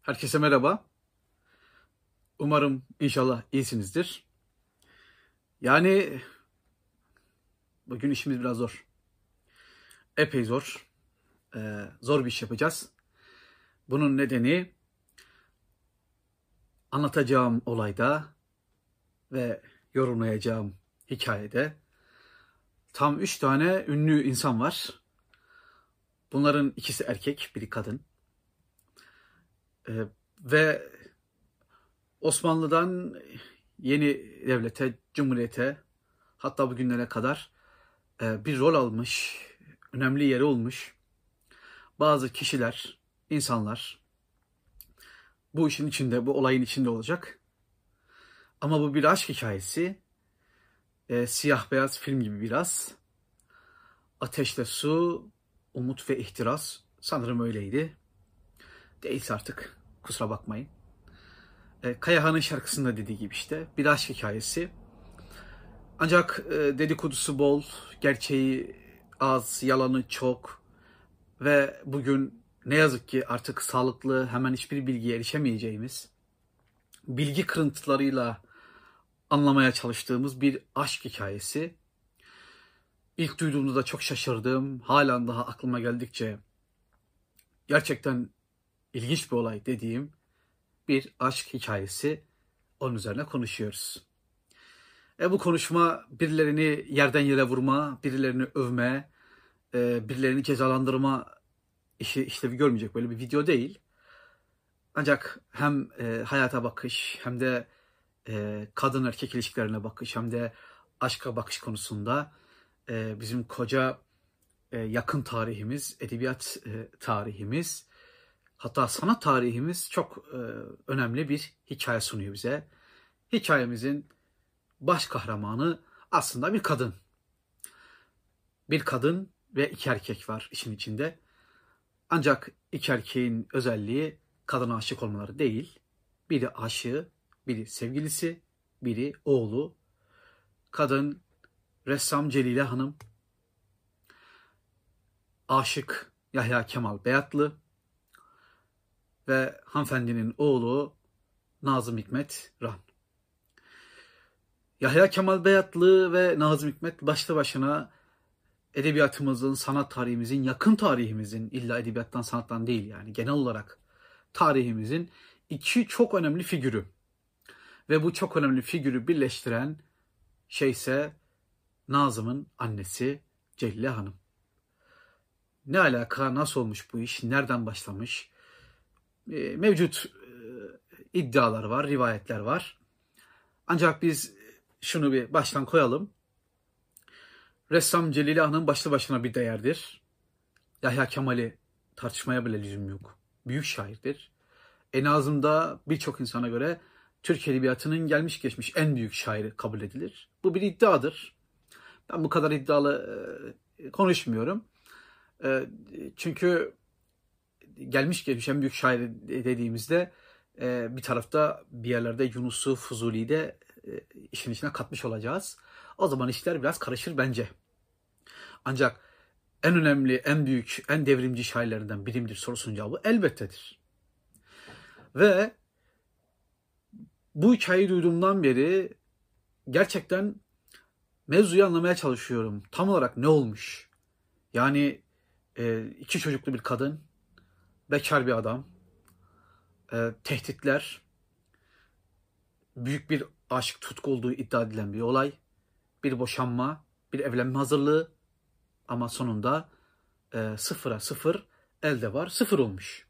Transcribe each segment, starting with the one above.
Herkese merhaba. Umarım inşallah iyisinizdir. Yani bugün işimiz biraz zor. Epey zor. Zor bir iş yapacağız. Bunun nedeni anlatacağım olayda ve yorumlayacağım hikayede tam 3 tane ünlü insan var. Bunların ikisi erkek, biri kadın. Ve Osmanlı'dan yeni devlete, cumhuriyete, hatta bugünlere kadar bir rol almış, önemli yeri olmuş bazı kişiler, insanlar bu işin içinde, bu olayın içinde olacak. Ama bu bir aşk hikayesi, siyah beyaz film gibi biraz. Ateşle su, umut ve ihtiras, sanırım öyleydi. Değilse artık kusura bakmayın. Kayahan'ın şarkısında dediği gibi işte bir aşk hikayesi. Ancak dedikodusu bol, gerçeği az, yalanı çok ve bugün ne yazık ki artık sağlıklı hemen hiçbir bilgiye erişemeyeceğimiz, bilgi kırıntılarıyla anlamaya çalıştığımız bir aşk hikayesi. İlk duyduğumda da çok şaşırdım. Halen daha aklıma geldikçe gerçekten ilginç bir olay dediğim bir aşk hikayesi. Onun üzerine konuşuyoruz. Bu konuşma birilerini yerden yere vurma, birilerini övme, birilerini cezalandırma işlevi görmeyecek böyle bir video değil. Ancak hem hayata bakış hem de kadın erkek ilişkilerine bakış hem de aşka bakış konusunda bizim koca yakın tarihimiz, edebiyat tarihimiz, hatta sanat tarihimiz çok önemli bir hikaye sunuyor bize. Hikayemizin baş kahramanı aslında bir kadın. Bir kadın ve iki erkek var işin içinde. Ancak iki erkeğin özelliği kadına aşık olmaları değil. Biri aşığı, biri sevgilisi, biri oğlu. Kadın ressam Celile Hanım, aşık Yahya Kemal Beyatlı ve hanımefendinin oğlu Nazım Hikmet Rahn. Yahya Kemal Beyatlı ve Nazım Hikmet başlı başına edebiyatımızın, sanat tarihimizin, yakın tarihimizin, illa edebiyattan sanattan değil yani genel olarak tarihimizin iki çok önemli figürü. Ve bu çok önemli figürü birleştiren şey ise Nazım'ın annesi Celile Hanım. Ne alaka, nasıl olmuş bu iş, nereden başlamış? Mevcut iddialar var, rivayetler var. Ancak biz şunu bir baştan koyalım. Ressam Celile Hanım başlı başına bir değerdir. Yahya Kemal'i tartışmaya bile lüzum yok. Büyük şairdir. Nazım birçok insana göre Türk Edebiyatı'nın gelmiş geçmiş en büyük şairi kabul edilir. Bu bir iddiadır. Ben bu kadar iddialı konuşmuyorum. Çünkü gelmiş geçmiş en büyük şair dediğimizde bir tarafta bir yerlerde Yunus'u, Fuzuli'yi de işin içine katmış olacağız. O zaman işler biraz karışır bence. Ancak en önemli, en büyük, en devrimci şairlerinden biri midir sorusunun cevabı elbettedir. Ve bu hikayeyi duyduğumdan beri gerçekten mevzuyu anlamaya çalışıyorum. Tam olarak ne olmuş? Yani iki çocuklu bir kadın, bekar bir adam, tehditler, büyük bir aşk tutku olduğu iddia edilen bir olay, bir boşanma, bir evlenme hazırlığı ama sonunda sıfıra sıfır, elde var sıfır olmuş.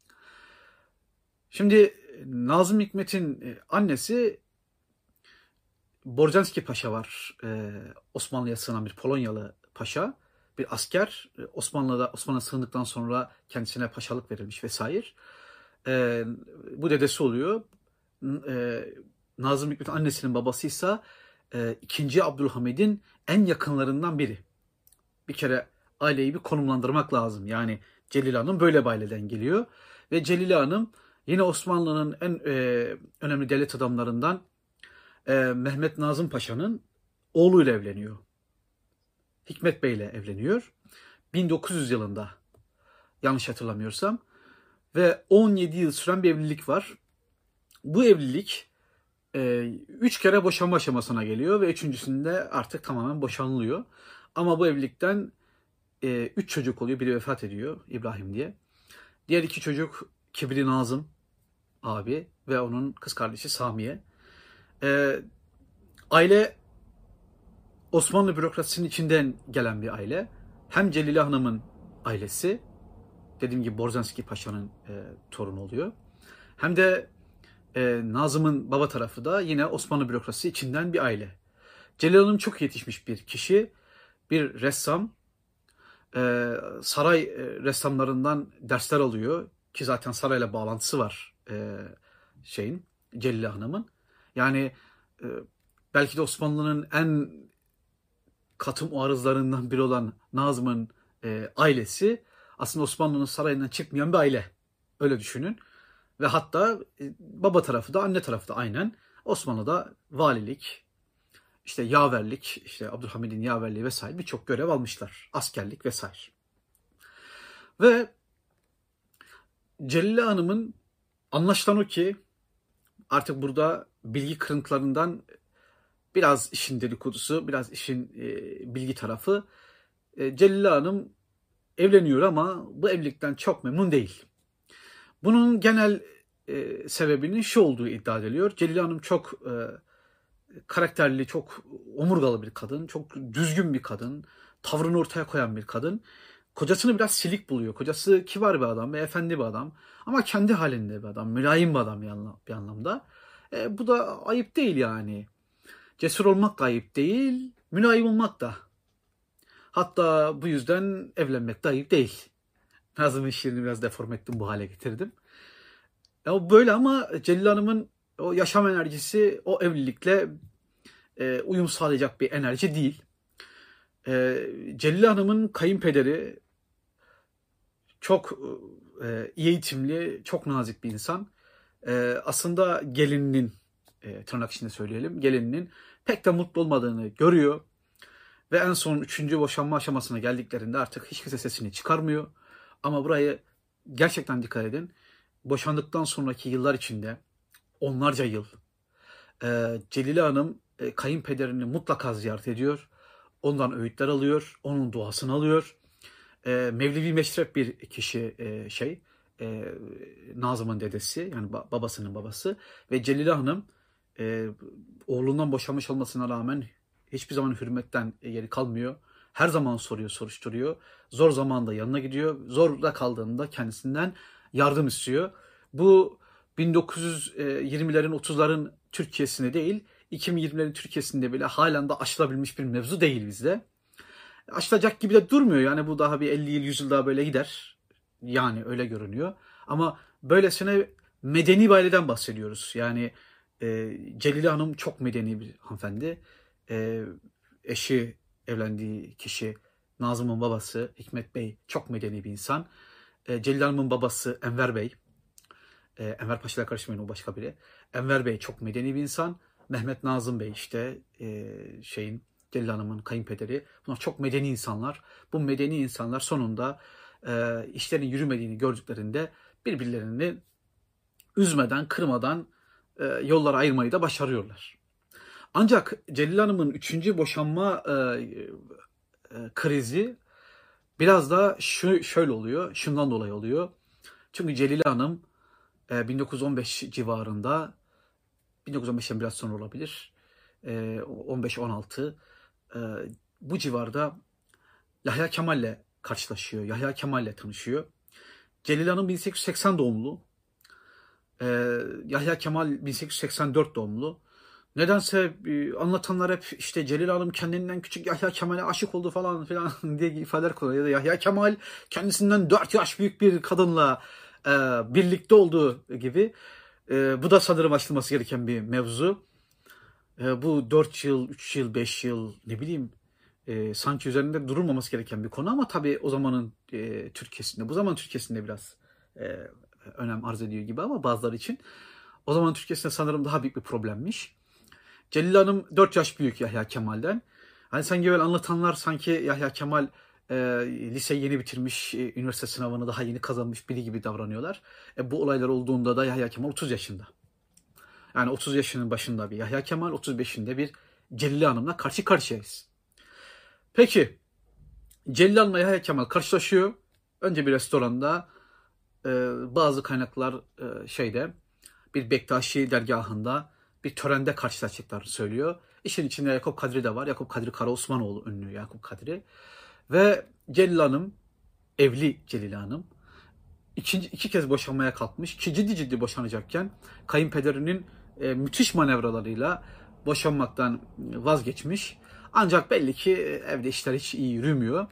Şimdi Nazım Hikmet'in annesi Borcanski Paşa var. Osmanlı'ya sığınan bir Polonyalı paşa, bir asker. Osmanlı'ya sığındıktan sonra kendisine paşalık verilmiş vesaire. Bu dedesi oluyor. Nazım Hikmet'in annesinin babasıysa 2. Abdülhamid'in en yakınlarından biri. Bir kere aileyi bir konumlandırmak lazım. Yani Celile Hanım böyle bir aileden geliyor. Ve Celile Hanım yine Osmanlı'nın en önemli devlet adamlarından Mehmet Nazım Paşa'nın oğluyla evleniyor. Hikmet Bey ile evleniyor. 1900 yılında yanlış hatırlamıyorsam. Ve 17 yıl süren bir evlilik var. Bu evlilik 3 kere boşanma aşamasına geliyor ve üçüncüsünde artık tamamen boşanılıyor. Ama bu evlilikten 3 çocuk oluyor. Biri vefat ediyor, İbrahim diye. Diğer 2 çocuk Kibri Nazım abi ve onun kız kardeşi Samiye. Aile Osmanlı bürokrasisinin içinden gelen bir aile. Hem Celile Hanım'ın ailesi, dediğim gibi Borzanski Paşa'nın torunu oluyor. Hem de Nazım'ın baba tarafı da yine Osmanlı bürokrasisi içinden bir aile. Celil Hanım çok yetişmiş bir kişi, bir ressam. Saray ressamlarından dersler alıyor ki zaten sarayla bağlantısı var Celil Hanım'ın. Yani belki de Osmanlı'nın en katım arızlarından biri olan Nazım'ın ailesi aslında Osmanlı'nın sarayından çıkmayan bir aile. Öyle düşünün. Ve hatta baba tarafı da anne tarafı da aynen Osmanlı'da valilik, işte yaverlik, işte Abdülhamid'in yaverliği vesaire birçok görev almışlar. Askerlik vesaire. Ve Celile Hanım'ın anlaşılan o ki artık burada bilgi kırıntılarından biraz işin dedikodusu, biraz işin bilgi tarafı. Celile Hanım evleniyor ama bu evlilikten çok memnun değil. Bunun genel sebebinin şu olduğu iddia ediliyor. Celile Hanım çok karakterli, çok omurgalı bir kadın, çok düzgün bir kadın, tavrını ortaya koyan bir kadın. Kocasını biraz silik buluyor. Kocası kibar bir adam, efendi bir adam ama kendi halinde bir adam, mülayim bir adam bir anlamda. Bu da ayıp değil yani. Cesur olmak da ayıp değil, mülayim olmak da. Hatta bu yüzden evlenmek de ayıp değil. Nazım'ın şiirini biraz deforme ettim, bu hale getirdim. Böyle ama Celil Hanım'ın o yaşam enerjisi o evlilikle uyum sağlayacak bir enerji değil. Celil Hanım'ın kayınpederi çok iyi eğitimli, çok nazik bir insan. Aslında gelininin, tırnak içinde söyleyelim, gelininin pek de mutlu olmadığını görüyor. Ve en son 3. boşanma aşamasına geldiklerinde artık hiç kimse sesini çıkarmıyor. Ama burayı gerçekten dikkat edin. Boşandıktan sonraki yıllar içinde, onlarca yıl, Celile Hanım kayınpederini mutlaka ziyaret ediyor. Ondan öğütler alıyor, onun duasını alıyor. Mevlevi meşrep bir kişi Nazım'ın dedesi, yani babasının babası. Ve Celile Hanım oğlundan boşanmış olmasına rağmen hiçbir zaman hürmetten geri kalmıyor. Her zaman soruyor, soruşturuyor. Zor zamanda yanına gidiyor. Zorda kaldığında kendisinden yardım istiyor. Bu 1920'lerin 30'ların Türkiye'sinde değil, 2020'lerin Türkiye'sinde bile halen de aşılabilmiş bir mevzu değil bizde. Aşılacak gibi de durmuyor. Yani bu daha bir 50 yıl, 100 yıl daha böyle gider. Yani öyle görünüyor. Ama böylesine medeni bir aileden bahsediyoruz. Yani Celile Hanım çok medeni bir hanımefendi. Eşi, evlendiği kişi Nazım'ın babası Hikmet Bey çok medeni bir insan. Celile Hanım'ın babası Enver Bey. Enver Paşa'yla karışmayın, o başka biri. Enver Bey çok medeni bir insan. Mehmet Nazım Bey işte Celil Hanım'ın kayınpederi. Bunlar çok medeni insanlar. Bu medeni insanlar sonunda işlerin yürümediğini gördüklerinde birbirlerini üzmeden, kırmadan yollara ayırmayı da başarıyorlar. Ancak Celil Hanım'ın 3. boşanma krizi biraz da şöyle oluyor. Şundan dolayı oluyor. Çünkü Celil Hanım 1915 civarında, 1915'ten biraz sonra olabilir, 15-16 bu civarda Yahya Kemal'le karşılaşıyor. Yahya Kemal'le tanışıyor. Celil Hanım 1880 doğumlu. Yahya Kemal 1884 doğumlu. Nedense anlatanlar hep işte Celil Hanım kendinden küçük Yahya Kemal'e aşık oldu falan filan diye ifadeler kullanıyor. Ya da Yahya Kemal kendisinden 4 yaş büyük bir kadınla birlikte olduğu gibi. Bu da sanırım açılması gereken bir mevzu. Bu 4 yıl, 3 yıl, 5 yıl ne bileyim sanki üzerinde durulmaması gereken bir konu ama tabii o zamanın Türkiye'sinde, bu zaman Türkiye'sinde biraz önem arz ediyor gibi ama bazıları için. O zaman Türkiye'sinde sanırım daha büyük bir problemmiş. Celil Hanım 4 yaş büyük Yahya Kemal'den. Hani sanki böyle anlatanlar sanki Yahya Kemal liseyi yeni bitirmiş, üniversite sınavını daha yeni kazanmış biri gibi davranıyorlar. Bu olaylar olduğunda da Yahya Kemal 30 yaşında. Yani 30 yaşının başında bir Yahya Kemal, 35'inde bir Celil Hanım'la karşı karşıyayız. Peki, Celil Hanım'la Yahya Kemal karşılaşıyor. Önce bir restoranda, bazı kaynaklar bir Bektaşi dergahında bir törende karşılaşacaklarını söylüyor. İşin içinde Yakup Kadri de var. Yakup Kadri Karaosmanoğlu, ünlü Yakup Kadri. Ve Celil Hanım, evli Celil Hanım, iki kez boşanmaya kalkmış ki ciddi boşanacakken kayınpederinin müthiş manevralarıyla boşanmaktan vazgeçmiş. Ancak belli ki evde işler hiç iyi yürümüyor.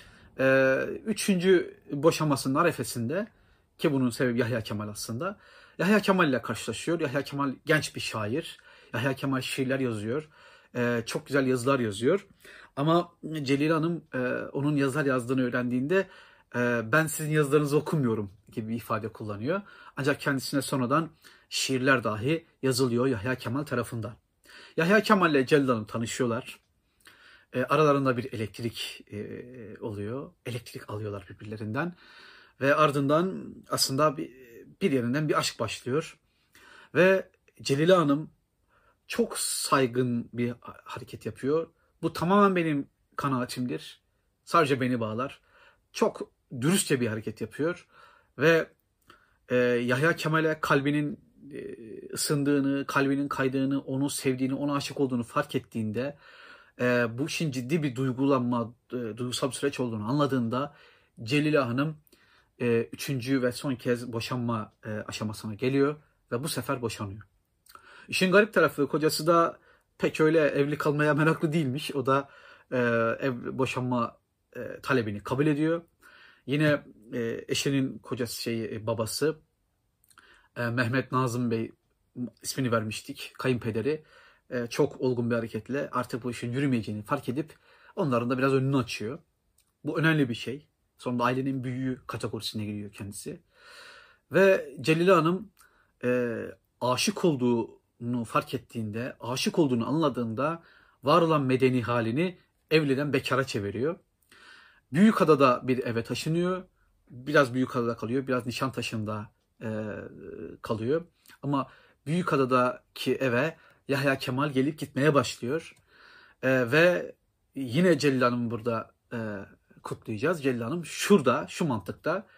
Üçüncü boşanmasının arefesinde, ki bunun sebebi Yahya Kemal aslında, Yahya Kemal ile karşılaşıyor. Yahya Kemal genç bir şair. Yahya Kemal şiirler yazıyor. Çok güzel yazılar yazıyor. Ama Celil Hanım onun yazılar yazdığını öğrendiğinde ben sizin yazılarınızı okumuyorum gibi bir ifade kullanıyor. Ancak kendisine sonradan şiirler dahi yazılıyor Yahya Kemal tarafından. Yahya Kemal ile Celil Hanım tanışıyorlar. Aralarında bir elektrik oluyor. Elektrik alıyorlar birbirlerinden. Ve ardından aslında bir yerinden bir aşk başlıyor. Ve Celil Hanım çok saygın bir hareket yapıyor. Bu tamamen benim kanaatimdir. Sadece beni bağlar. Çok dürüstçe bir hareket yapıyor. Ve Yahya Kemal'e kalbinin ısındığını, kalbinin kaydığını, onu sevdiğini, ona aşık olduğunu fark ettiğinde, bu işin ciddi bir duygusal bir süreç olduğunu anladığında Celile Hanım üçüncü ve son kez boşanma aşamasına geliyor ve bu sefer boşanıyor. İşin garip tarafı, kocası da pek öyle evli kalmaya meraklı değilmiş. O da boşanma talebini kabul ediyor. Yine eşinin babası Mehmet Nazım Bey, ismini vermiştik, kayınpederi, çok olgun bir hareketle artık bu işin yürümeyeceğini fark edip onların da biraz önünü açıyor. Bu önemli bir şey. Sonunda ailenin büyüğü kategorisine giriyor kendisi. Ve Celile Hanım aşık olduğunu fark ettiğinde, aşık olduğunu anladığında var olan medeni halini evliden bekara çeviriyor. Büyükada'da bir eve taşınıyor. Biraz Büyükada'da kalıyor, biraz Nişantaşı'nda kalıyor. Ama Büyükada'daki eve Yahya Kemal gelip gitmeye başlıyor. Ve yine Celil Hanım'ı burada kutlayacağız. Celil Hanım şurada, şu mantıkta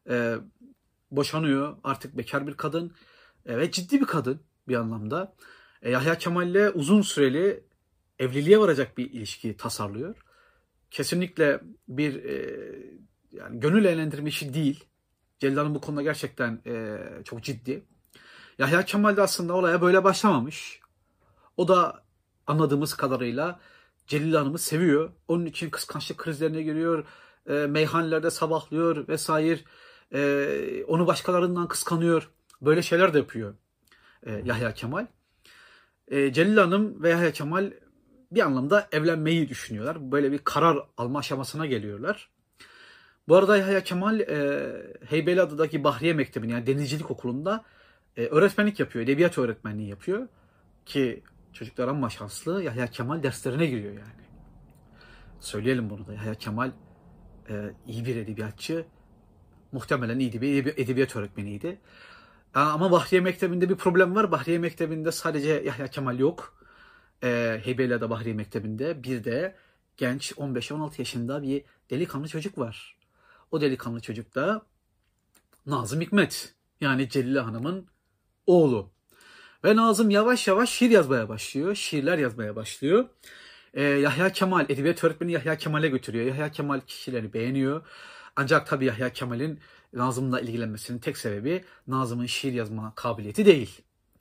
boşanıyor. Artık bekar bir kadın ve ciddi bir kadın bir anlamda. Yahya Kemal'le uzun süreli evliliğe varacak bir ilişki tasarlıyor. Kesinlikle bir yani gönül eğlendirme işi değil. Celil Hanım bu konuda gerçekten çok ciddi. Yahya Kemal de aslında olaya böyle başlamamış. O da anladığımız kadarıyla Celil Hanım'ı seviyor. Onun için kıskançlık krizlerine giriyor. Meyhanelerde sabahlıyor vesaire. Onu başkalarından kıskanıyor. Böyle şeyler de yapıyor Yahya Kemal. Celil Hanım ve Yahya Kemal bir anlamda evlenmeyi düşünüyorlar. Böyle bir karar alma aşamasına geliyorlar. Bu arada Yahya Kemal Heybeliada'daki Bahriye Mektebi'nin, yani denizcilik okulunda öğretmenlik yapıyor. Edebiyat öğretmenliği yapıyor. Ki çocuklar amma şanslı, Yahya Kemal derslerine giriyor yani. Söyleyelim bunu da. Yahya Kemal iyi bir edebiyatçı. Muhtemelen iyiydi bir edebiyat öğretmeniydi. Ama Bahriye Mektebi'nde bir problem var. Bahriye Mektebi'nde sadece Yahya Kemal yok. Heybeliada Bahriye Mektebi'nde bir de genç 15-16 yaşında bir delikanlı çocuk var. O delikanlı çocuk da Nazım Hikmet. Yani Celile Hanım'ın oğlu. Ve Nazım yavaş yavaş şiir yazmaya başlıyor. Şiirler yazmaya başlıyor. Yahya Kemal, edebiyat öğretmeni Yahya Kemal'e götürüyor. Yahya Kemal kişileri beğeniyor. Ancak tabii Yahya Kemal'in Nazım'la ilgilenmesinin tek sebebi Nazım'ın şiir yazma kabiliyeti değil.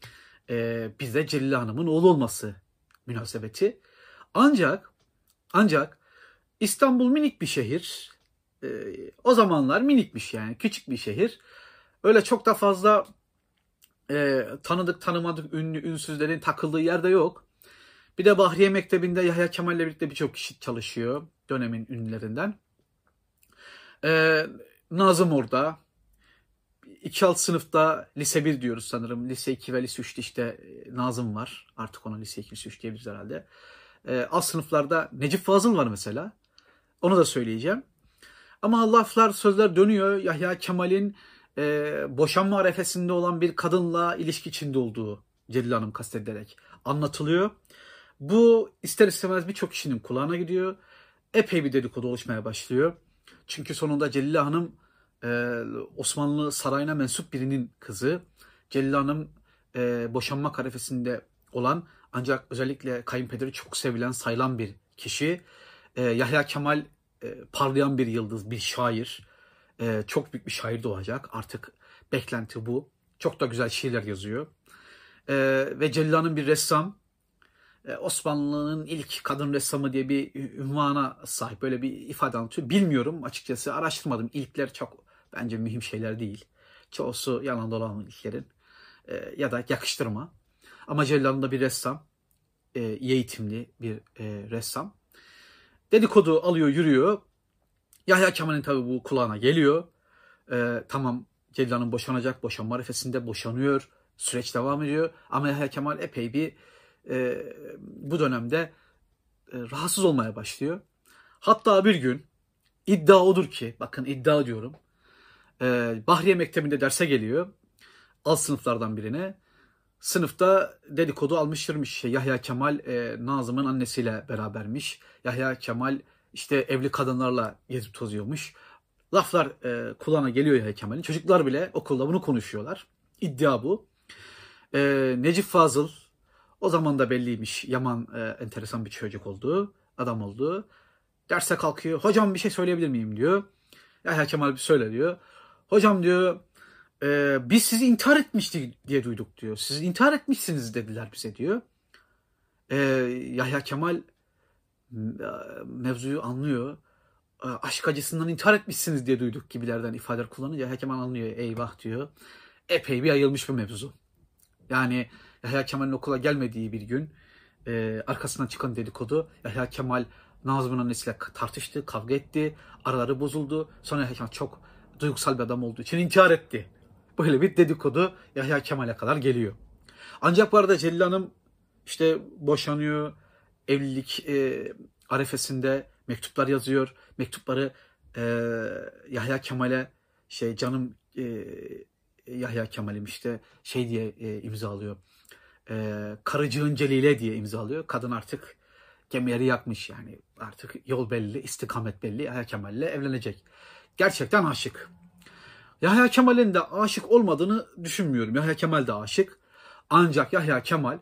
Bizde Celile Hanım'ın oğlu olması münasebeti. Ancak İstanbul minik bir şehir. O zamanlar minikmiş, yani küçük bir şehir. Öyle çok da fazla tanıdık tanımadık ünlü ünsüzlerin takıldığı yerde yok. Bir de Bahriye Mektebi'nde Yahya Kemal'le birlikte birçok kişi çalışıyor dönemin ünlülerinden. Nazım orada. 2 alt sınıfta lise 1 diyoruz sanırım. Lise 2 ve lise 3'te işte Nazım var. Artık ona lise 2, lise 3 diyebiliriz herhalde. Alt sınıflarda Necip Fazıl var mesela. Onu da söyleyeceğim. Ama laflar, sözler dönüyor. Yahya Kemal'in boşanma arefesinde olan bir kadınla ilişki içinde olduğu Celil Hanım kastedilerek anlatılıyor. Bu ister istemez birçok kişinin kulağına gidiyor. Epey bir dedikodu oluşmaya başlıyor. Çünkü sonunda Celil Hanım Osmanlı sarayına mensup birinin kızı. Celil Hanım boşanma arefesinde olan ancak özellikle kayınpederi çok sevilen, sayılan bir kişi. Yahya Kemal parlayan bir yıldız, bir şair. Çok büyük bir şair doğacak. Artık beklenti bu. Çok da güzel şiirler yazıyor. Ve Celil Hanım bir ressam. Osmanlı'nın ilk kadın ressamı diye bir ünvana sahip. Böyle bir ifade anlatıyor. Bilmiyorum açıkçası, araştırmadım. İlkler çok bence mühim şeyler değil. Çoğusu yalan dolan ilklerin. Ya da yakıştırma. Ama Celil Hanım da bir ressam. İyi eğitimli bir ressam. Dedikodu alıyor, yürüyor. Yahya Kemal'in tabii bu kulağına geliyor. Tamam, Celil Hanım boşanacak. Boşanma arifesinde boşanıyor. Süreç devam ediyor. Ama Yahya Kemal epey bir bu dönemde rahatsız olmaya başlıyor. Hatta bir gün iddia odur ki, bakın iddia diyorum. Bahriye Mektebi'nde derse geliyor. Alt sınıflardan birine. Sınıfta dedikodu almıştırmış. Yahya Kemal Nazım'ın annesiyle berabermiş. Yahya Kemal işte evli kadınlarla gezip tozuyormuş. Laflar kulağına geliyor Yahya Kemal'in. Çocuklar bile okulda bunu konuşuyorlar. İddia bu. Necip Fazıl o zaman da belliymiş. Yaman enteresan bir çocuk olduğu, adam olduğu. Derse kalkıyor. Hocam bir şey söyleyebilir miyim diyor. Yahya Kemal bir söyle diyor. Hocam diyor, biz sizi intihar etmiştik diye duyduk diyor. Siz intihar etmişsiniz dediler bize diyor. Yahya Kemal mevzuyu anlıyor. Aşk acısından intihar etmişsiniz diye duyduk gibilerden ifadeler kullanınca Yahya Kemal anlıyor. Eyvah diyor. Epey bir yayılmış bir mevzu. Yani Yahya Kemal'in okula gelmediği bir gün arkasından çıkan dedikodu, Yahya Kemal Nazım'ın annesiyle tartıştı, kavga etti, araları bozuldu. Sonra Yahya Kemal çok duygusal bir adam olduğu için intihar etti. Böyle bir dedikodu Yahya Kemal'e kadar geliyor. Ancak bu arada Celil Hanım işte boşanıyor, evlilik arefesinde mektuplar yazıyor. Mektupları Yahya Kemal'e canım Yahya Kemal'im işte diye imzalıyor. Karıcığın Celile diye imzalıyor. Kadın artık gemileri yakmış yani. Artık yol belli, istikamet belli. Yahya Kemal'le evlenecek. Gerçekten aşık. Yahya Kemal'in de aşık olmadığını düşünmüyorum. Yahya Kemal de aşık. Ancak Yahya Kemal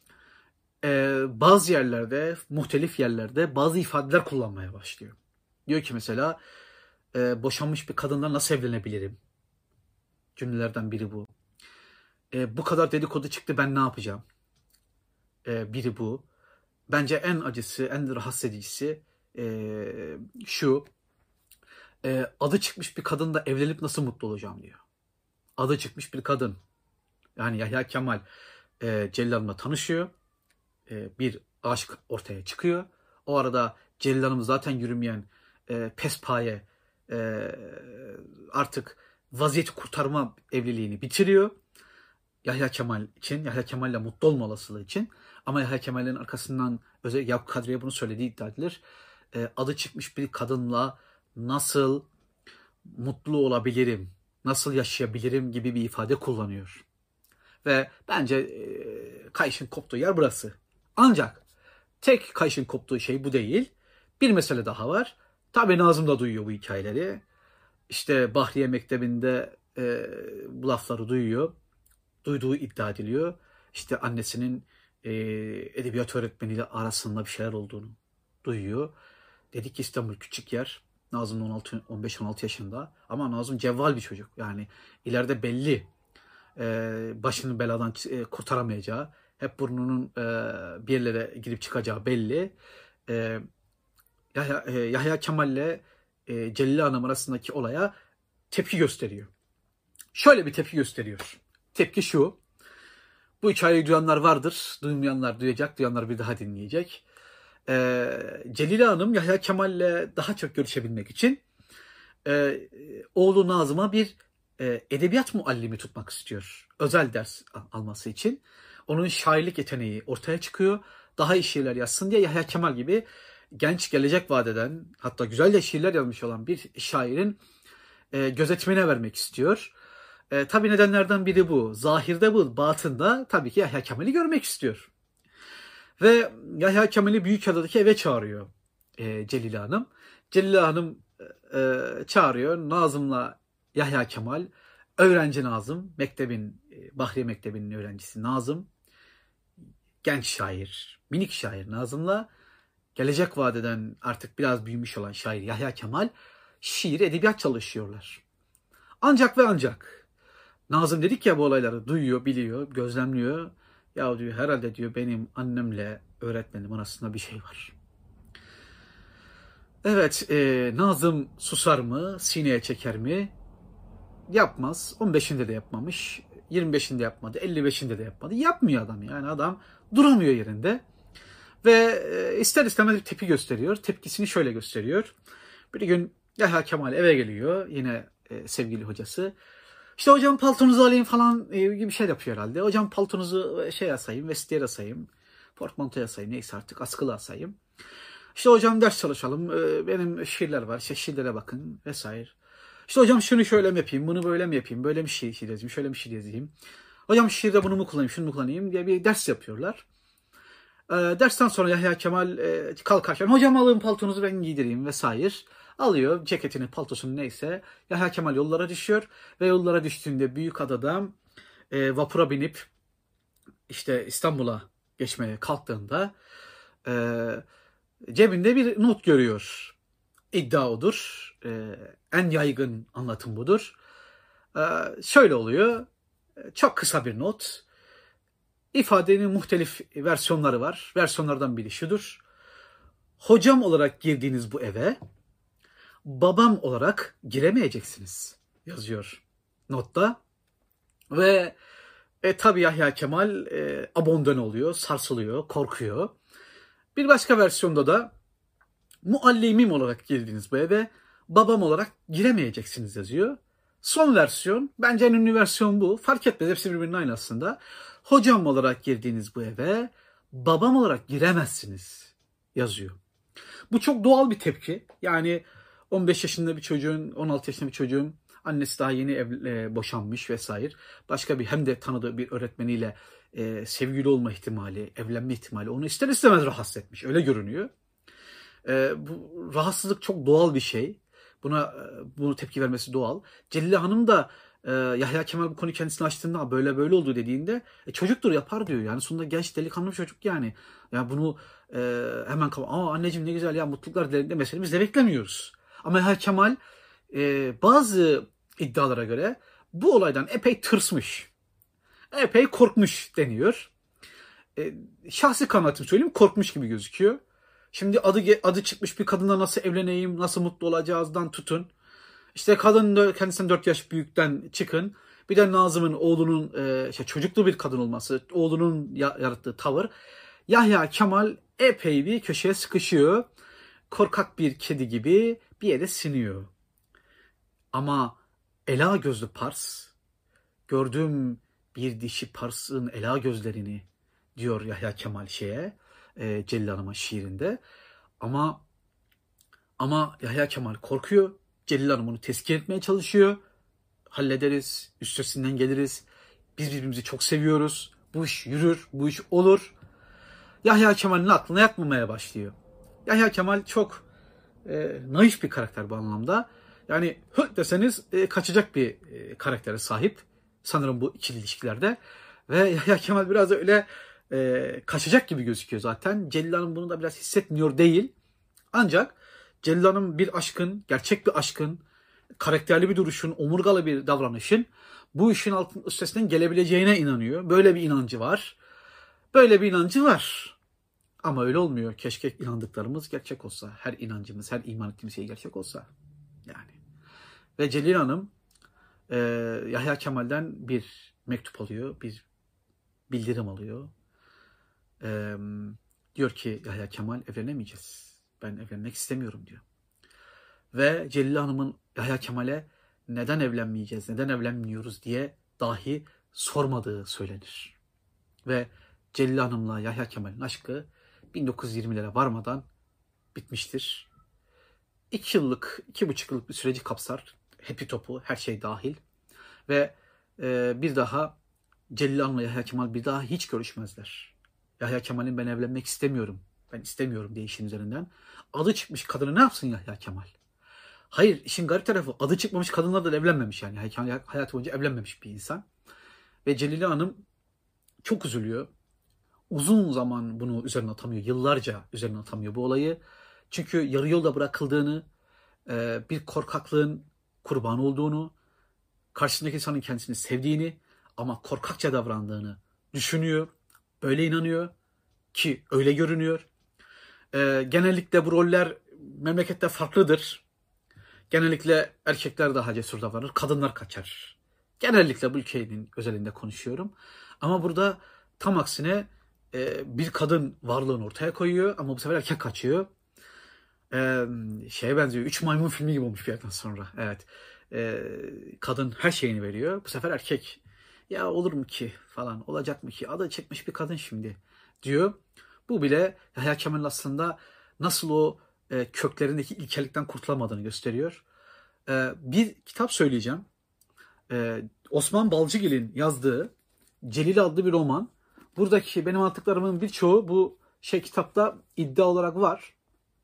bazı yerlerde, muhtelif yerlerde bazı ifadeler kullanmaya başlıyor. Diyor ki mesela boşanmış bir kadınla nasıl evlenebilirim? Cümlelerden biri bu. Bu kadar dedikodu çıktı, ben ne yapacağım? Biri bu. Bence en acısı, en rahatsız edicisi şu. Adı çıkmış bir kadınla evlenip nasıl mutlu olacağım diyor. Adı çıkmış bir kadın. Yani Yahya Kemal Celil Hanım'la tanışıyor. Bir aşk ortaya çıkıyor. O arada Celil Hanım zaten yürümeyen pespaye artık vaziyeti kurtarma evliliğini bitiriyor. Yahya Kemal için, Yahya Kemal'le mutlu olma olasılığı için. Ama Yahya Kemal'in arkasından özellikle Yakup Kadriye bunu söylediği iddia edilir. Adı çıkmış bir kadınla nasıl mutlu olabilirim, nasıl yaşayabilirim gibi bir ifade kullanıyor. Ve bence kayışın koptuğu yer burası. Ancak tek kayışın koptuğu şey bu değil. Bir mesele daha var. Tabii Nazım da duyuyor bu hikayeleri. İşte Bahriye Mektebi'nde bu lafları duyuyor. Duyduğu iddia ediliyor. İşte annesinin edebiyat öğretmeniyle arasında bir şeyler olduğunu duyuyor. Dedik ki İstanbul küçük yer. Nazım 15-16 yaşında. Ama Nazım cevval bir çocuk. Yani ileride belli başını beladan kurtaramayacağı, hep burnunun bir yerlere girip çıkacağı belli. Yahya Kemal'le Celil Hanım arasındaki olaya tepki gösteriyor. Şöyle bir tepki gösteriyor. Tepki şu. Bu hikayeyi duyanlar vardır. Duymayanlar duyacak. Duyanlar bir daha dinleyecek. Celile Hanım Yahya Kemal'le daha çok görüşebilmek için oğlu Nazım'a bir edebiyat muallimi tutmak istiyor. Özel ders alması için. Onun şairlik yeteneği ortaya çıkıyor. Daha iyi şiirler yazsın diye Yahya Kemal gibi genç, gelecek vaat eden, hatta güzel de şiirler yazmış olan bir şairin gözetimine vermek istiyor. Tabii nedenlerden biri bu. Zahirde bu, batında tabii ki Yahya Kemal'i görmek istiyor. Ve Yahya Kemal'i Büyükada'daki eve çağırıyor Celile Hanım. Celile Hanım çağırıyor. Nazım'la Yahya Kemal, öğrenci Nazım, Bahriye Mektebi'nin öğrencisi Nazım, genç şair, minik şair Nazım'la gelecek vaat eden, artık biraz büyümüş olan şair Yahya Kemal şiir, edebiyat çalışıyorlar. Ancak ve ancak Nazım dedik ya bu olayları duyuyor, biliyor, gözlemliyor. Ya diyor, herhalde diyor benim annemle öğretmenim arasında bir şey var. Evet, Nazım susar mı, sineye çeker mi? Yapmaz. 15'inde de yapmamış, 25'inde yapmadı, 55'inde de yapmadı. Yapmıyor adam, yani adam duramıyor yerinde. Ve ister istemez bir tepki gösteriyor. Tepkisini şöyle gösteriyor. Bir gün Yahya Kemal eve geliyor, yine sevgili hocası. İşte hocam paltonuzu alayım falan gibi bir şey yapıyor herhalde. Hocam paltonuzu asayım, vestiyer asayım, portmantoya asayım, neyse artık askılı asayım. İşte hocam ders çalışalım, benim şiirler var, işte şiirlere bakın vesaire. İşte hocam şunu şöyle mi yapayım, bunu böyle mi yapayım, böyle mi şiir yazayım, şöyle mi şiir yazayım. Hocam şiirde bunu mu kullanayım, şunu mu kullanayım diye bir ders yapıyorlar. Dersten sonra Yahya Kemal kalkarken hocam alın paltonuzu ben giydireyim vesaire. Alıyor ceketini, paltosunu neyse. Yahya Kemal yollara düşüyor ve yollara düştüğünde Büyükada'da vapura binip işte İstanbul'a geçmeye kalktığında cebinde bir not görüyor. İddia odur. En yaygın anlatım budur. Şöyle oluyor. Çok kısa bir not. İfadenin muhtelif versiyonları var. Versiyonlardan biri şudur: hocam olarak girdiğiniz bu eve babam olarak giremeyeceksiniz yazıyor notta. Ve tabii Yahya Kemal abandone oluyor, sarsılıyor, korkuyor. Bir başka versiyonda da muallimim olarak girdiğiniz bu eve babam olarak giremeyeceksiniz yazıyor. Son versiyon, bence en ünlü versiyon bu. Fark etmez, hepsi birbirinin aynı aslında. Hocam olarak girdiğiniz bu eve babam olarak giremezsiniz yazıyor. Bu çok doğal bir tepki. Yani 15 yaşında bir çocuğun, 16 yaşında bir çocuğun, annesi daha yeni boşanmış vesaire, başka bir, hem de tanıdığı bir öğretmeniyle sevgili olma ihtimali, evlenme ihtimali onu ister istemez rahatsız etmiş. Öyle görünüyor. Bu rahatsızlık çok doğal bir şey. Bunu tepki vermesi doğal. Celile Hanım da Yahya Kemal bu konuyu kendisine açtığında böyle böyle oldu dediğinde çocuktur, yapar diyor. Yani sonunda genç delikanlı bir çocuk yani. Yani bunu hemen anneciğim ne güzel ya, mutluluklar dilerim demesini biz de beklemiyoruz. Ama Yahya Kemal bazı iddialara göre bu olaydan epey tırsmış. Epey korkmuş deniyor. Şahsi kanaatim söyleyeyim, korkmuş gibi gözüküyor. Şimdi adı çıkmış bir kadınla nasıl evleneyim, nasıl mutlu olacağızdan tutun. İşte kadın da kendisinden 4 yaş büyükten çıkın. Bir de Nazım'ın oğlunun çocuklu bir kadın olması, oğlunun yarattığı tavır. Yahya Kemal epey bir köşeye sıkışıyor. Korkak bir kedi gibi bir yere siniyor. Ama ela gözlü Pars, gördüğüm bir dişi Pars'ın ela gözlerini diyor Yahya Kemal Celil Hanım'a şiirinde. Ama Yahya Kemal korkuyor. Celil Hanım onu tezkiye etmeye çalışıyor. Hallederiz, üstesinden geliriz. Biz birbirimizi çok seviyoruz. Bu iş yürür, bu iş olur. Yahya Kemal'in aklına yatmamaya başlıyor. Yahya Kemal çok naif bir karakter bu anlamda. Yani deseniz kaçacak bir karaktere sahip. Sanırım bu ikili ilişkilerde. Ve Yahya Kemal biraz da öyle kaçacak gibi gözüküyor zaten. Celil Hanım bunu da biraz hissetmiyor değil. Ancak Celil Hanım bir aşkın, gerçek bir aşkın, karakterli bir duruşun, omurgalı bir davranışın bu işin üstesinden gelebileceğine inanıyor. Böyle bir inancı var. Böyle bir inancı var. Ama öyle olmuyor. Keşke inandıklarımız gerçek olsa. Her inancımız, her iman ettiğimiz şey gerçek olsa. Yani. Ve Celil Hanım Yahya Kemal'den bir mektup alıyor, bir bildirim alıyor. Diyor ki Yahya Kemal, evlenemeyeceğiz. Ben evlenmek istemiyorum diyor. Ve Celil Hanım'ın Yahya Kemal'e neden evlenmeyeceğiz, neden evlenmiyoruz diye dahi sormadığı söylenir. Ve Celil Hanım'la Yahya Kemal'in aşkı 1920'lere varmadan bitmiştir. 2 yıllık, 2,5 yıllık bir süreci kapsar. Hepi topu, her şey dahil. Ve bir daha Celil Hanım'la Yahya Kemal bir daha hiç görüşmezler. Yahya Kemal'in ben evlenmek istemiyorum, ben istemiyorum diye işin üzerinden. Adı çıkmış kadını ne yapsın Yahya Kemal? Hayır, işin garip tarafı adı çıkmamış kadınlarla da evlenmemiş yani. Yahya Kemal hayatı boyunca evlenmemiş bir insan. Ve Celile Hanım çok üzülüyor. Uzun zaman bunu üzerine atamıyor. Yıllarca üzerine atamıyor bu olayı. Çünkü yarı yolda bırakıldığını, bir korkaklığın kurbanı olduğunu, karşısındaki insanın kendisini sevdiğini ama korkakça davrandığını düşünüyor. Öyle inanıyor ki öyle görünüyor. Genellikle bu roller memlekette farklıdır. Genellikle erkekler daha cesur davranır, kadınlar kaçar. Genellikle bu ülkenin özelinde konuşuyorum. Ama burada tam aksine bir kadın varlığını ortaya koyuyor ama bu sefer erkek kaçıyor. Şeye benziyor, 3 maymun filmi gibi olmuş bir yerden sonra. Evet. Kadın her şeyini veriyor. Bu sefer erkek ya olur mu ki falan, olacak mı ki? Adı çıkmış bir kadın şimdi diyor. Bu bile Yahya Kemal'in aslında nasıl o köklerindeki ilkellikten kurtulamadığını gösteriyor. Bir kitap söyleyeceğim. Osman Balcıgil'in yazdığı Celil adlı bir roman. Buradaki benim anlattıklarımın birçoğu bu kitapta iddia olarak var.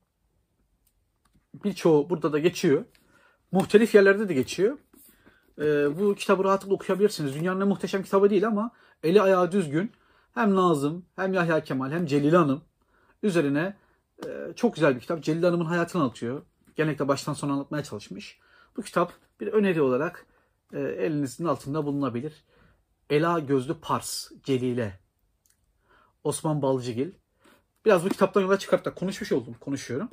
Birçoğu burada da geçiyor. Muhtelif yerlerde de geçiyor. Bu kitabı rahatlıkla okuyabilirsiniz. Dünyanın en muhteşem kitabı değil ama eli ayağı düzgün. Hem Nazım, hem Yahya Kemal, hem Celil Hanım üzerine çok güzel bir kitap. Celil Hanım'ın hayatını anlatıyor. Genellikle baştan sona anlatmaya çalışmış. Bu kitap bir öneri olarak elinizin altında bulunabilir. Ela Gözlü Pars, Celile. Osman Balcıgil. Biraz bu kitaptan yola çıkartıp da konuşmuş oldum, konuşuyorum.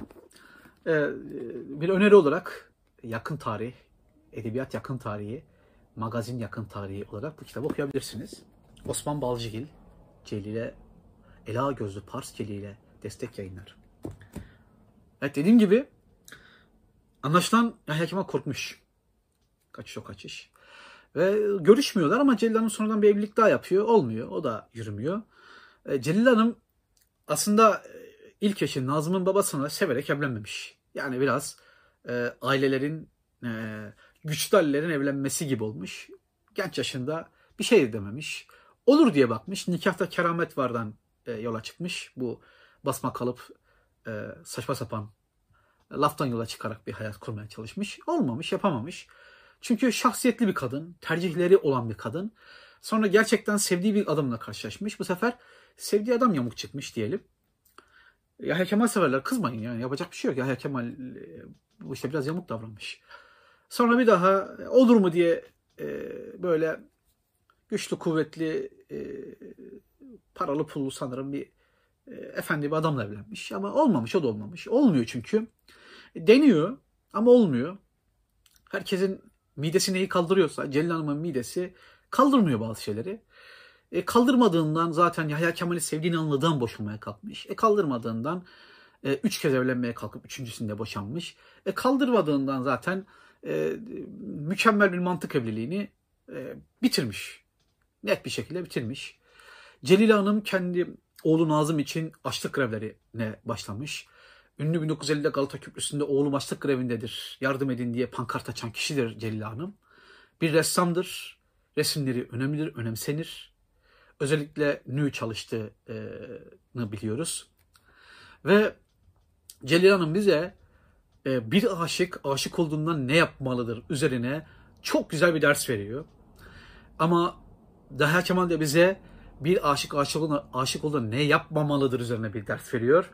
Bir öneri olarak yakın tarih, edebiyat yakın tarihi, magazin yakın tarihi olarak bu kitabı okuyabilirsiniz. Osman Balcıgil, Celile, Ela Gözlü Pars Celile destek yayınlar. Evet, dediğim gibi anlaşılan Yahya Kemal korkmuş. Kaçış o kaçış. Ve görüşmüyorlar ama Celil Hanım sonradan bir evlilik daha yapıyor. Olmuyor. O da yürümüyor. Celil Hanım aslında ilk eşi Nazım'ın babasına severek evlenmemiş. Yani biraz ailelerin, güçlü ailelerin evlenmesi gibi olmuş. Genç yaşında bir şey dememiş. Olur diye bakmış. Nikahta keramet vardan yola çıkmış. Bu basma kalıp saçma sapan laftan yola çıkarak bir hayat kurmaya çalışmış. Olmamış, yapamamış. Çünkü şahsiyetli bir kadın, tercihleri olan bir kadın. Sonra gerçekten sevdiği bir adamla karşılaşmış. Bu sefer sevdiği adam yamuk çıkmış diyelim. Yahya Kemal severler, kızmayın yani, yapacak bir şey yok. Yahya Kemal bu işte biraz yamuk davranmış. Sonra bir daha olur mu diye böyle güçlü, kuvvetli, paralı pullu sanırım bir efendi bir adamla evlenmiş. Ama olmamış, o da olmamış. Olmuyor çünkü. Deniyor ama olmuyor. Herkesin midesi neyi kaldırıyorsa Celil Hanım'ın midesi kaldırmıyor bazı şeyleri. Kaldırmadığından zaten Yahya Kemal'i sevdiğini anladığından boşanmaya kalkmış. Kaldırmadığından 3 kez evlenmeye kalkıp 3.'sünde boşanmış. Kaldırmadığından zaten mükemmel bir mantık evliliğini bitirmiş. Net bir şekilde bitirmiş. Celil Hanım kendi oğlu Nazım için açlık grevlerine başlamış. Ünlü 1950'de Galata Köprüsü'nde oğlum açlık grevindedir, yardım edin diye pankart açan kişidir Celil Hanım. Bir ressamdır. Resimleri önemlidir, önemsenir. Özellikle nü çalıştığını biliyoruz. Ve Celil Hanım bize bir aşık olduğundan ne yapmalıdır üzerine çok güzel bir ders veriyor. Ama Yahya Kemal de bize bir aşık olduğunda ne yapmamalıdır üzerine bir ders veriyor.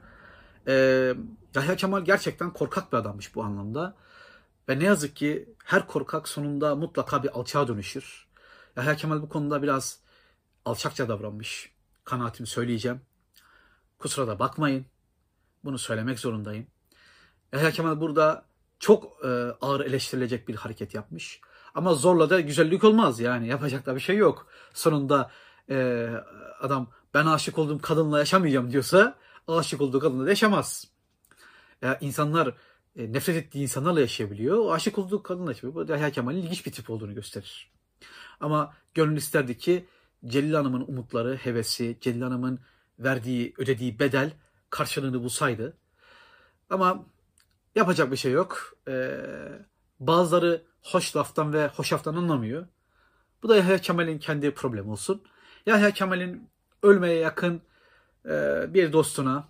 Yahya Kemal gerçekten korkak bir adammış bu anlamda. Ve ne yazık ki her korkak sonunda mutlaka bir alçağa dönüşür. Yahya Kemal bu konuda biraz alçakça davranmış. Kanaatimi söyleyeceğim. Kusura da bakmayın. Bunu söylemek zorundayım. Yahya Kemal burada çok ağır eleştirilecek bir hareket yapmış. Ama zorla da güzellik olmaz yani. Yapacak da bir şey yok. Sonunda adam ben aşık olduğum kadınla yaşamayacağım diyorsa aşık olduğu kadınla da yaşamaz. İnsanlar nefret ettiği insanlarla yaşayabiliyor. O aşık olduğu kadınla yaşayabiliyor. Bu Yahya Kemal'in ilginç bir tip olduğunu gösterir. Ama gönül isterdi ki Celil Hanım'ın umutları, hevesi, Celil Hanım'ın ödediği bedel karşılığını bulsaydı. Ama yapacak bir şey yok. Bazıları hoş laftan ve hoşaftan anlamıyor. Bu da Yahya Kemal'in kendi problemi olsun. Yahya Kemal'in ölmeye yakın bir dostuna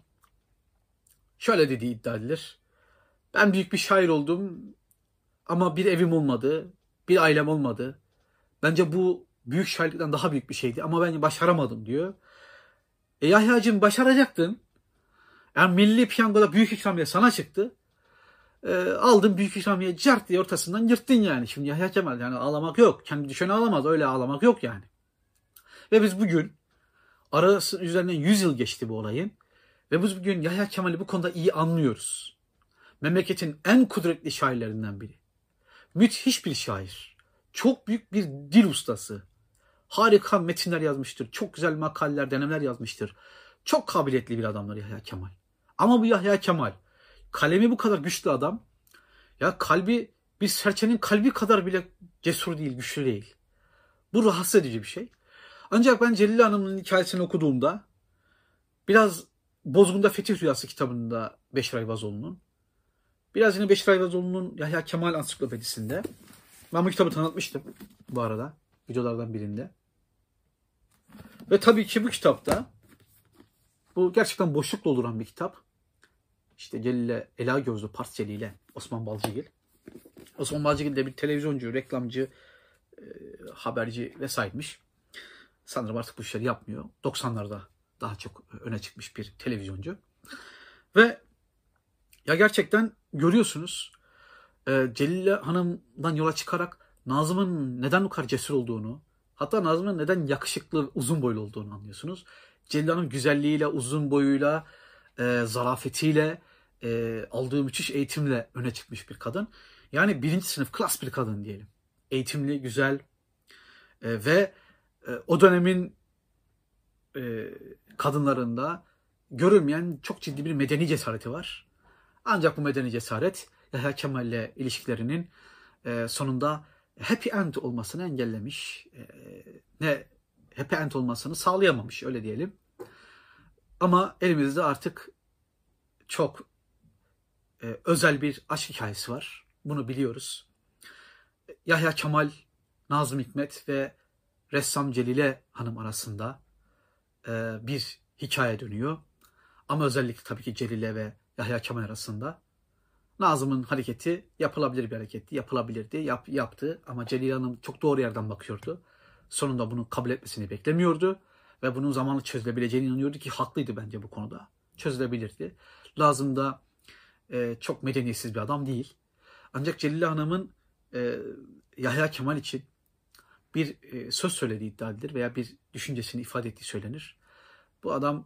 şöyle dediği iddia edilir. Ben büyük bir şair oldum ama bir evim olmadı, bir ailem olmadı. Bence bu büyük şairlikten daha büyük bir şeydi ama ben başaramadım diyor. Yahya'cığım başaracaktın. Yani Milli Piyango'da büyük ikramiye sana çıktı. Aldın büyük ikramiye cart diye ortasından yırttın yani. Şimdi Yahya Kemal yani ağlamak yok. Kendi düşeni ağlamaz. Öyle ağlamak yok yani. Ve biz bugün arası üzerinden 100 yıl geçti bu olayın. Ve biz bugün Yahya Kemal'i bu konuda iyi anlıyoruz. Memleketin en kudretli şairlerinden biri. Müthiş bir şair. Çok büyük bir dil ustası. Harika metinler yazmıştır. Çok güzel makaleler, denemeler yazmıştır. Çok kabiliyetli bir adamdır Yahya Kemal. Ama bu Yahya Kemal, kalemi bu kadar güçlü adam, ya kalbi bir serçenin kalbi kadar bile cesur değil, güçlü değil. Bu rahatsız edici bir şey. Ancak ben Celil Hanım'ın hikayesini okuduğumda biraz Bozgun'da Fetih Rüyası kitabında Beşir Ayvazoğlu'nun, biraz yine Beşir Ayvazoğlu'nun Yahya Kemal Ansiklopedisinde, ben bu kitabı tanıtmıştım bu arada videolardan birinde. Ve tabii ki bu kitapta, bu gerçekten boşluk dolduran bir kitap. İşte Celil'le Ela Gözlü Pars Celil'le Osman Balcıgil. Osman Balcıgil de bir televizyoncu, reklamcı, haberci vesairemiş. Sanırım artık bu işleri yapmıyor. 90'larda daha çok öne çıkmış bir televizyoncu. Ve ya gerçekten görüyorsunuz Celile Hanım'dan yola çıkarak Nazım'ın neden bu kadar cesur olduğunu, hatta Nazım'ın neden yakışıklı, uzun boylu olduğunu anlıyorsunuz. Celile Hanım güzelliğiyle, uzun boyuyla, zarafetiyle, aldığı müthiş eğitimle öne çıkmış bir kadın. Yani birinci sınıf klas bir kadın diyelim. Eğitimli, güzel ve o dönemin kadınlarında görülmeyen çok ciddi bir medeni cesareti var. Ancak bu medeni cesaret Yahya Kemal'le ilişkilerinin sonunda happy end olmasını engellemiş. Ne happy end olmasını sağlayamamış öyle diyelim. Ama elimizde artık çok özel bir aşk hikayesi var. Bunu biliyoruz. Yahya Kemal, Nazım Hikmet ve ressam Celile Hanım arasında bir hikaye dönüyor. Ama özellikle tabii ki Celile ve Yahya Kemal arasında. Nazım'ın hareketi yapılabilir bir hareketti. Yapılabilirdi. Yaptı. Ama Celile Hanım çok doğru yerden bakıyordu. Sonunda bunu kabul etmesini beklemiyordu. Ve bunun zamanla çözülebileceğine inanıyordu ki haklıydı bence bu konuda. Çözülebilirdi. Nazım da çok medeniyetsiz bir adam değil. Ancak Celile Hanım'ın Yahya Kemal için bir söz söylediği iddia edilir veya bir düşüncesini ifade ettiği söylenir. Bu adam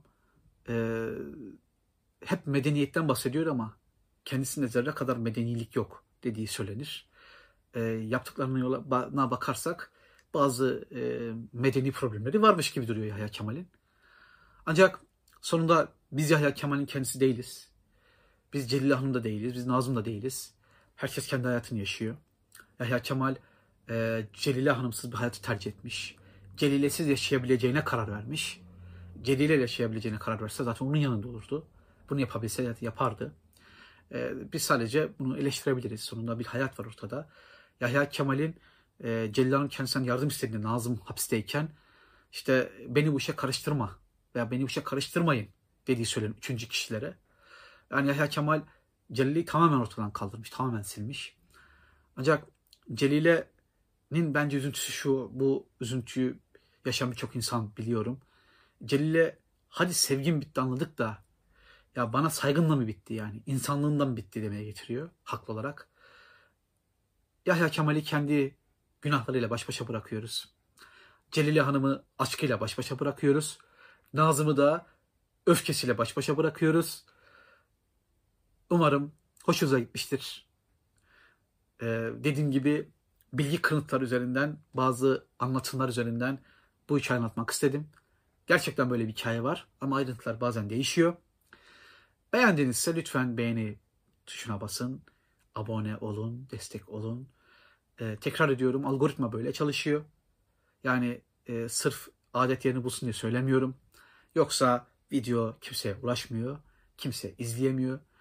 hep medeniyetten bahsediyor ama kendisinde zerre kadar medenilik yok dediği söylenir. Yaptıklarına bakarsak bazı medeni problemleri varmış gibi duruyor Yahya Kemal'in. Ancak sonunda biz Yahya Kemal'in kendisi değiliz. Biz Celil Hanım da değiliz, biz Nazım da değiliz. Herkes kendi hayatını yaşıyor. Yahya Kemal Celile Hanımsız bir hayatı tercih etmiş. Celile'siz yaşayabileceğine karar vermiş. Celile ile yaşayabileceğine karar verse zaten onun yanında olurdu. Bunu yapabilse yapardı. Biz sadece bunu eleştirebiliriz. Sonunda bir hayat var ortada. Yahya Kemal'in Celil Hanım kendisinden yardım istediğinde Nazım hapisteyken işte beni bu işe karıştırma veya beni bu işe karıştırmayın dediği söyleniyor üçüncü kişilere. Yani Yahya Kemal Celile'yi tamamen ortadan kaldırmış, tamamen silmiş. Ancak Celile'nin bence üzüntüsü şu, bu üzüntüyü yaşayan birçok insan biliyorum. Celile hadi sevgim bitti anladık da ya bana saygınla mı bitti yani? İnsanlığından mı bitti demeye getiriyor haklı olarak. Yahya Kemal'i kendi günahlarıyla baş başa bırakıyoruz. Celile Hanım'ı aşkıyla baş başa bırakıyoruz. Nazım'ı da öfkesiyle baş başa bırakıyoruz. Umarım hoşunuza gitmiştir. Dediğim gibi bilgi kırıntılar üzerinden, bazı anlatımlar üzerinden bu hikayeyi anlatmak istedim. Gerçekten böyle bir hikaye var ama ayrıntılar bazen değişiyor. Beğendiğinizse lütfen beğeni tuşuna basın, abone olun, destek olun. Tekrar ediyorum, algoritma böyle çalışıyor. Yani sırf adet yerini bulsun diye söylemiyorum. Yoksa video kimseye ulaşmıyor, kimse izleyemiyor.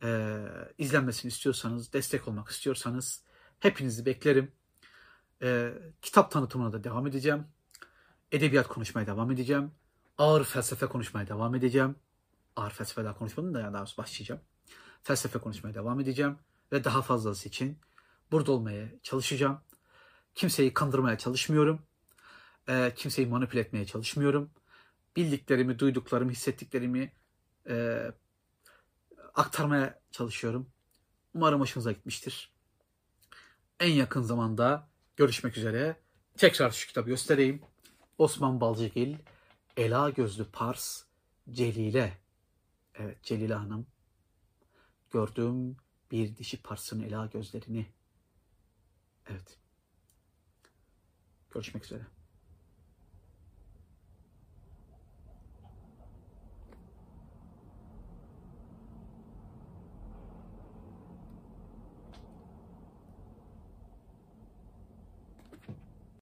izlenmesini istiyorsanız, destek olmak istiyorsanız hepinizi beklerim. Kitap tanıtımına da devam edeceğim. Edebiyat konuşmaya devam edeceğim. Ağır felsefe konuşmaya devam edeceğim. Ağır felsefe daha konuşmadım da daha doğrusu başlayacağım. Felsefe konuşmaya devam edeceğim. Ve daha fazlası için burada olmaya çalışacağım. Kimseyi kandırmaya çalışmıyorum. Kimseyi manipüle etmeye çalışmıyorum. Bildiklerimi, duyduklarımı, hissettiklerimi aktarmaya çalışıyorum. Umarım hoşunuza gitmiştir. En yakın zamanda görüşmek üzere. Tekrar şu kitabı göstereyim. Osman Balcıgil, Ela Gözlü Pars, Celile. Evet, Celile Hanım. Gördüğüm bir dişi Pars'ın ela gözlerini. Evet. Görüşmek üzere.